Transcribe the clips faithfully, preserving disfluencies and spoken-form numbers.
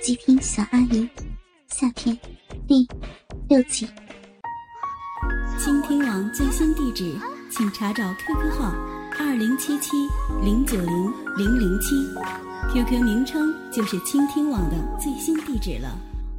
极品小阿姨下篇第六集。 倾听网最新地址，请查找 Q Q 号二零七七零九零零零七 ，Q Q 名称就是倾听网的最新地址了。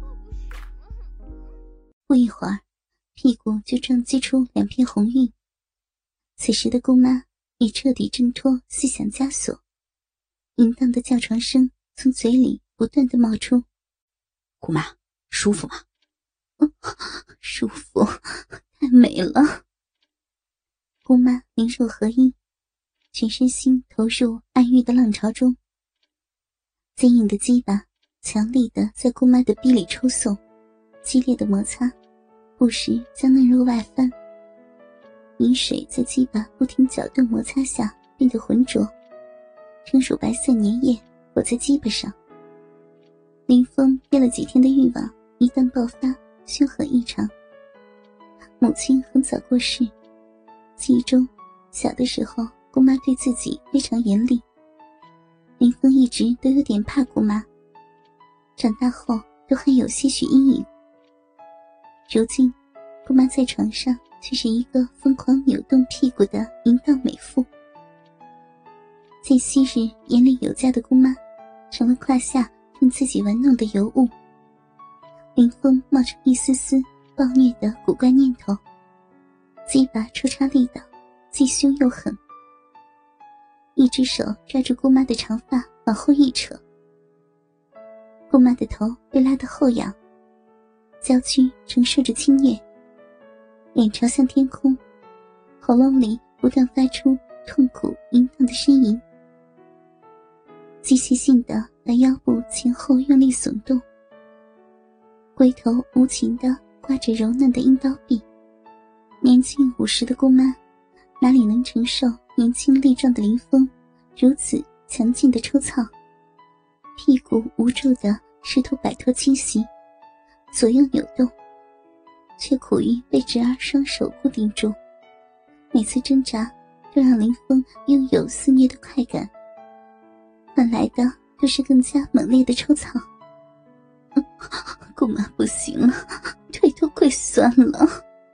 不一会儿，屁股就撞击出两片红晕。此时的姑妈已彻底挣脱思想枷锁，淫荡的叫床声从嘴里不断地冒出。 姑妈，舒服吗？ 嗯，舒服，太美了。姑妈灵肉合一，全身心投入暗欲的浪潮中。坚硬的鸡巴强力地在姑妈的逼里抽送，激烈的摩擦，不时将嫩肉外翻。饮水在鸡巴不停搅动摩擦下变得浑浊，呈乳白色粘液裹在鸡巴上。林峰憋了几天的欲望一旦爆发，凶狠异常。母亲很早过世，记忆中小的时候姑妈对自己非常严厉，林峰一直都有点怕姑妈，长大后都还有些许阴影。如今姑妈在床上却是一个疯狂扭动屁股的淫荡美妇。见昔日严厉有加的姑妈成了胯下任自己玩弄的尤物，林峰冒出一丝丝暴虐的古怪念头，鸡巴抽插力道既凶又狠。一只手抓住姑妈的长发往后一扯，姑妈的头被拉得后仰，娇躯承受着侵虐，脸朝向天空，喉咙里不断发出痛苦淫荡的呻吟，机械性地把腰部前后用力耸动，龟头无情地刮着柔嫩的阴道壁。年近五十的姑妈哪里能承受年轻力壮的林峰如此强劲的抽操，屁股无助地试图摆脱侵袭，左右扭动，却苦于被侄儿双手固定住，每次挣扎都让林峰拥有肆虐的快感，换来的都是更加猛烈的抽操。姑妈不行了，腿都快酸了。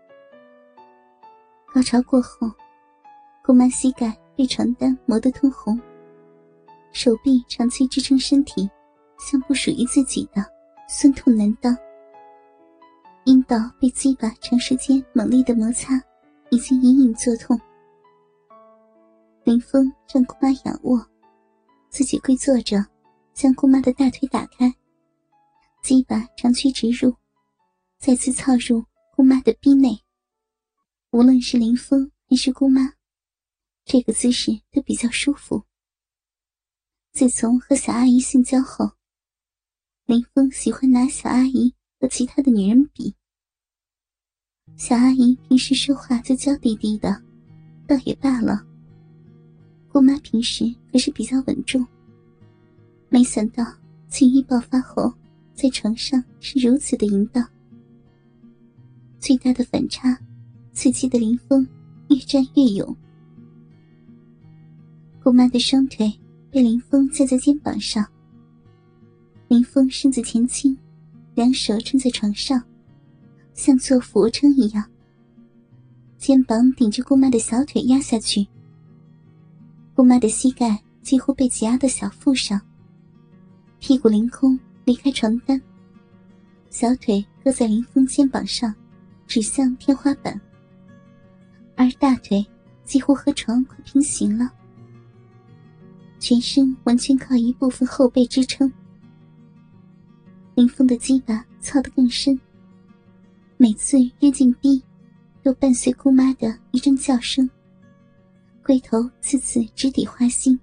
高潮过后，姑妈膝盖被床单磨得通红，手臂长期支撑身体像不属于自己的，酸痛难当。阴道被鸡巴长时间猛烈的摩擦已经隐隐作痛。林峰让姑妈仰卧，自己跪坐着，将姑妈的大腿打开，鸡巴长驱直入，再次操入姑妈的逼内。无论是林峰还是姑妈，这个姿势都比较舒服。自从和小阿姨性交后，林峰喜欢拿小阿姨和其他的女人比。小阿姨平时说话就娇滴滴的，倒也罢了，姑妈平时可是比较稳重。没想到情欲爆发后，在床上是如此的淫荡。最大的反差刺激的林峰越战越勇。姑妈的双腿被林峰架在肩膀上，林峰身子前倾，两手撑在床上，像做俯卧撑一样，肩膀顶着姑妈的小腿压下去。姑妈的膝盖几乎被挤压到小腹上，屁股凌空离开床单，小腿搁在林峰肩膀上，指向天花板，而大腿几乎和床快平行了，全身完全靠一部分后背支撑。林峰的鸡巴操得更深，每次约进逼都伴随姑妈的一阵叫声，龟头次次直抵花心。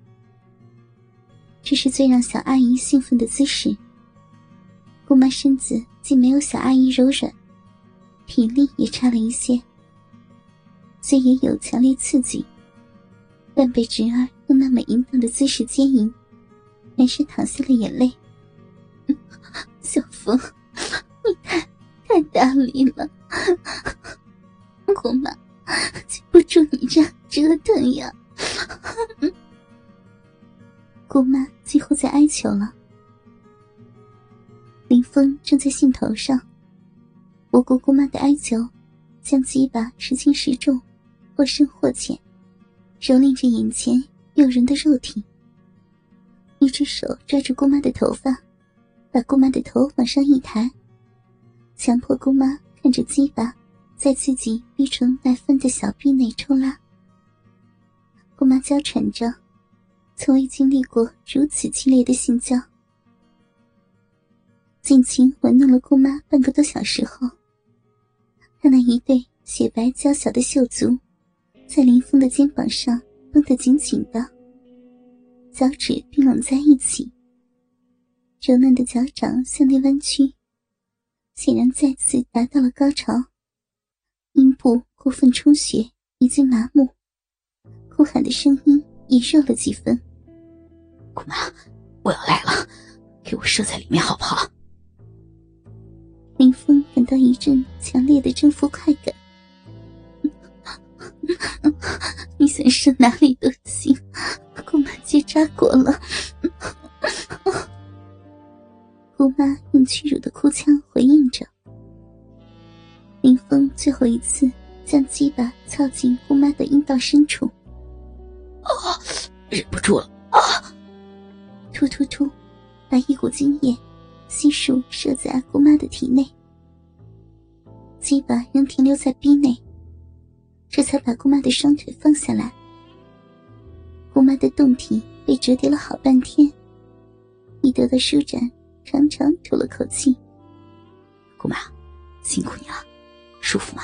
这是最让小阿姨兴奋的姿势。姑妈身子既没有小阿姨柔软，体力也差了一些，虽也有强烈刺激，但被侄儿用那么淫荡的姿势奸淫，还是淌下了眼泪。小峰，你太太大力了，姑妈经不住你这折腾呀。姑妈几乎在哀求了。 风正在兴头上，不顾姑妈的哀求，将鸡巴时轻时重，或深或浅，蹂躏着眼前诱人的肉体。一只手抓住姑妈的头发，把姑妈的头往上一抬，强迫姑妈看着鸡巴在自己逼唇外翻的小臂内抽拉。姑妈娇喘着，从未经历过如此激烈的性交。尽情玩弄了姑妈半个多小时后，她那一对雪白娇小的秀足在林峰的肩膀上绷得紧紧的，脚趾并拢在一起，柔嫩的脚掌向内弯曲，显然再次达到了高潮。阴部过分充血，已经麻木，哭喊的声音也弱了几分。 姑妈，我要来了，给我射在里面好不好？ 林峰感到一阵强烈的征服快感。你想射哪里都行，姑妈结扎过了。姑妈用屈辱的哭腔回应着。林峰最后一次将鸡巴操进姑妈的阴道深处。 啊，忍不住了啊！ 突突突，把一股精液悉数射在姑妈的体内。鸡巴仍停留在逼内，这才把姑妈的双腿放下来。姑妈的胴体被折叠了好半天，一得到舒展，长长吐了口气。 姑妈，辛苦你了，舒服吗？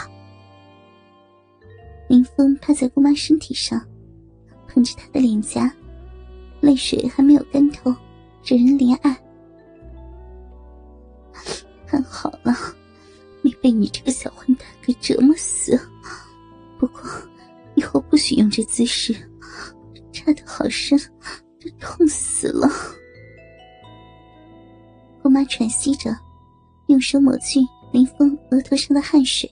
林峰趴在姑妈身体上，捧着她的脸颊，泪水还没有干透，惹人怜爱。看好了，没被你这个小混蛋给折磨死。不过以后不许用这姿势，插得好深，都痛死了。姑妈喘息着，用手抹去林峰额头上的汗水。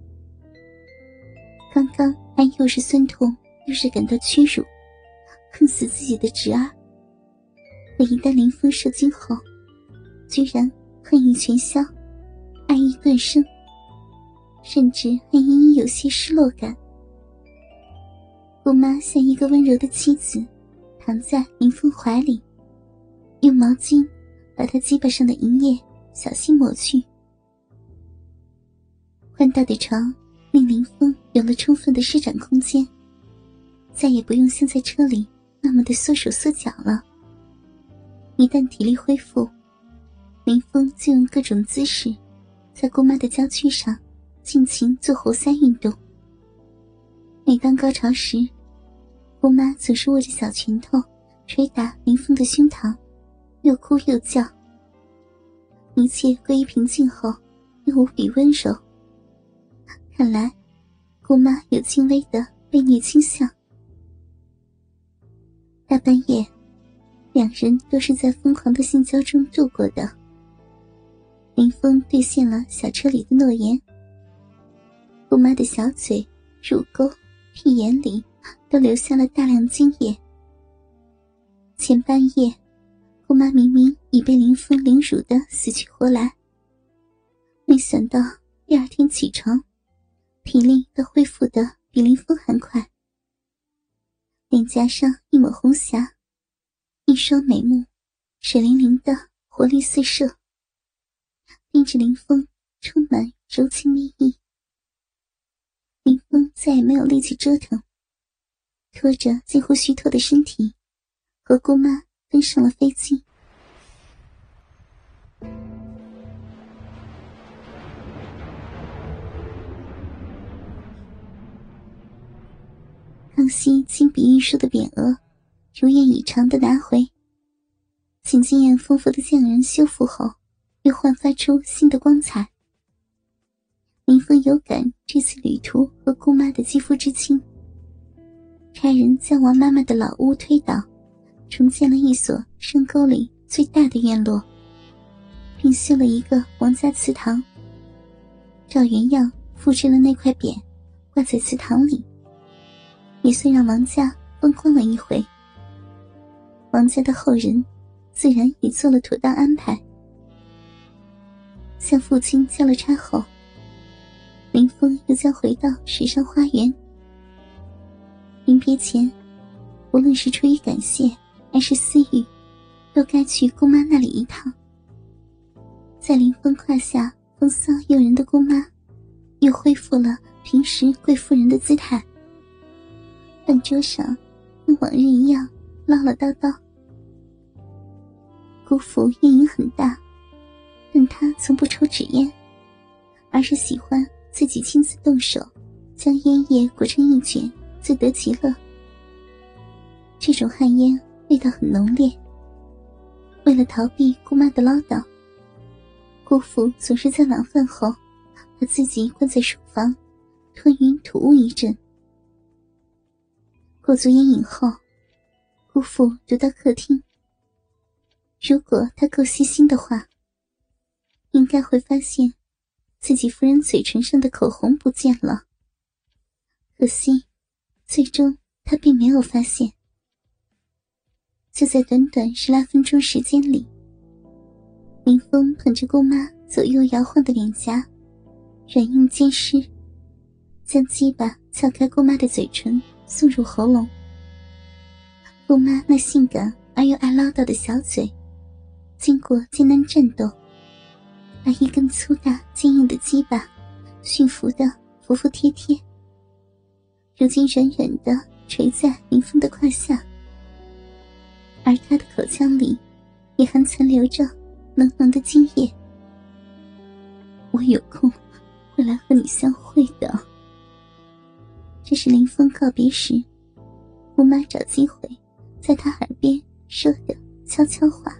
刚刚还又是酸痛又是感到屈辱，恨死自己的侄儿，可一旦林峰射精后，居然恨意全消，爱意顿生，甚至还隐隐有些失落感。姑妈像一个温柔的妻子，躺在林峰怀里，用毛巾把他鸡巴上的银液小心抹去。宽大的床令林峰有了充分的施展空间，再也不用像在车里那么的缩手缩脚了。一旦体力恢复，林峰就用各种姿势在姑妈的娇躯上尽情做活塞运动。每当高潮时，姑妈总是握着小拳头捶打林峰的胸膛，又哭又叫。一切归于平静后，又无比温柔。看来姑妈有轻微的被虐倾向。大半夜，两人都是在疯狂的性交中度过的。林峰兑现了小车里的诺言，姑妈的小嘴、乳沟、屁眼里都流下了大量精液。前半夜，姑妈明明已被林峰凌辱得死去活来，没想到第二天起床，体力都恢复得比林峰还快。脸颊上一抹红霞，一双美目水灵灵的活力四射，盯着林峰充满柔情蜜意。林峰再也没有力气折腾，拖着近乎虚脱的身体和姑妈登上了飞机。康熙亲笔运输的匾额如愿以偿地拿回，请经验丰富的匠人修复后，又焕发出新的光彩。林峰有感这次旅途和姑妈的肌肤之亲，差人将王妈妈的老屋推倒，重建了一所深沟里最大的院落，并修了一个王家祠堂，照原样复制了那块匾，挂在祠堂里，也算让王家风光了一回。王家的后人自然也做了妥当安排。 向父亲交了差后，林峰又将回到水上花园。临别前，无论是出于感谢还是私欲，都该去姑妈那里一趟。在林峰胯下风骚诱人的姑妈又恢复了平时贵妇人的姿态。饭桌上跟往日一样唠唠叨叨。姑父烟瘾很大，但他从不抽纸烟，而是喜欢自己亲自动手，将烟叶裹成一卷，自得其乐。这种旱烟味道很浓烈。为了逃避姑妈的唠叨，姑父总是在晚饭后把自己关在书房，吞云吐雾一阵。过足烟瘾后，姑父读到客厅。如果他够细心的话，应该会发现自己夫人嘴唇上的口红不见了。可惜最终他并没有发现。就在短短十来分钟时间里，林峰捧着姑妈左右摇晃的脸颊，软硬兼施，将鸡巴撬开姑妈的嘴唇，送入喉咙。姑妈那性感而又爱唠叨的小嘴经过艰难战斗，把一根粗大坚硬的鸡巴驯服得服服帖帖，如今软软地垂在林峰的胯下，而他的口腔里也还残留着浓浓的精液。我有空会来和你相会的。这是林峰告别时姑妈找机会在他耳边说的悄悄话。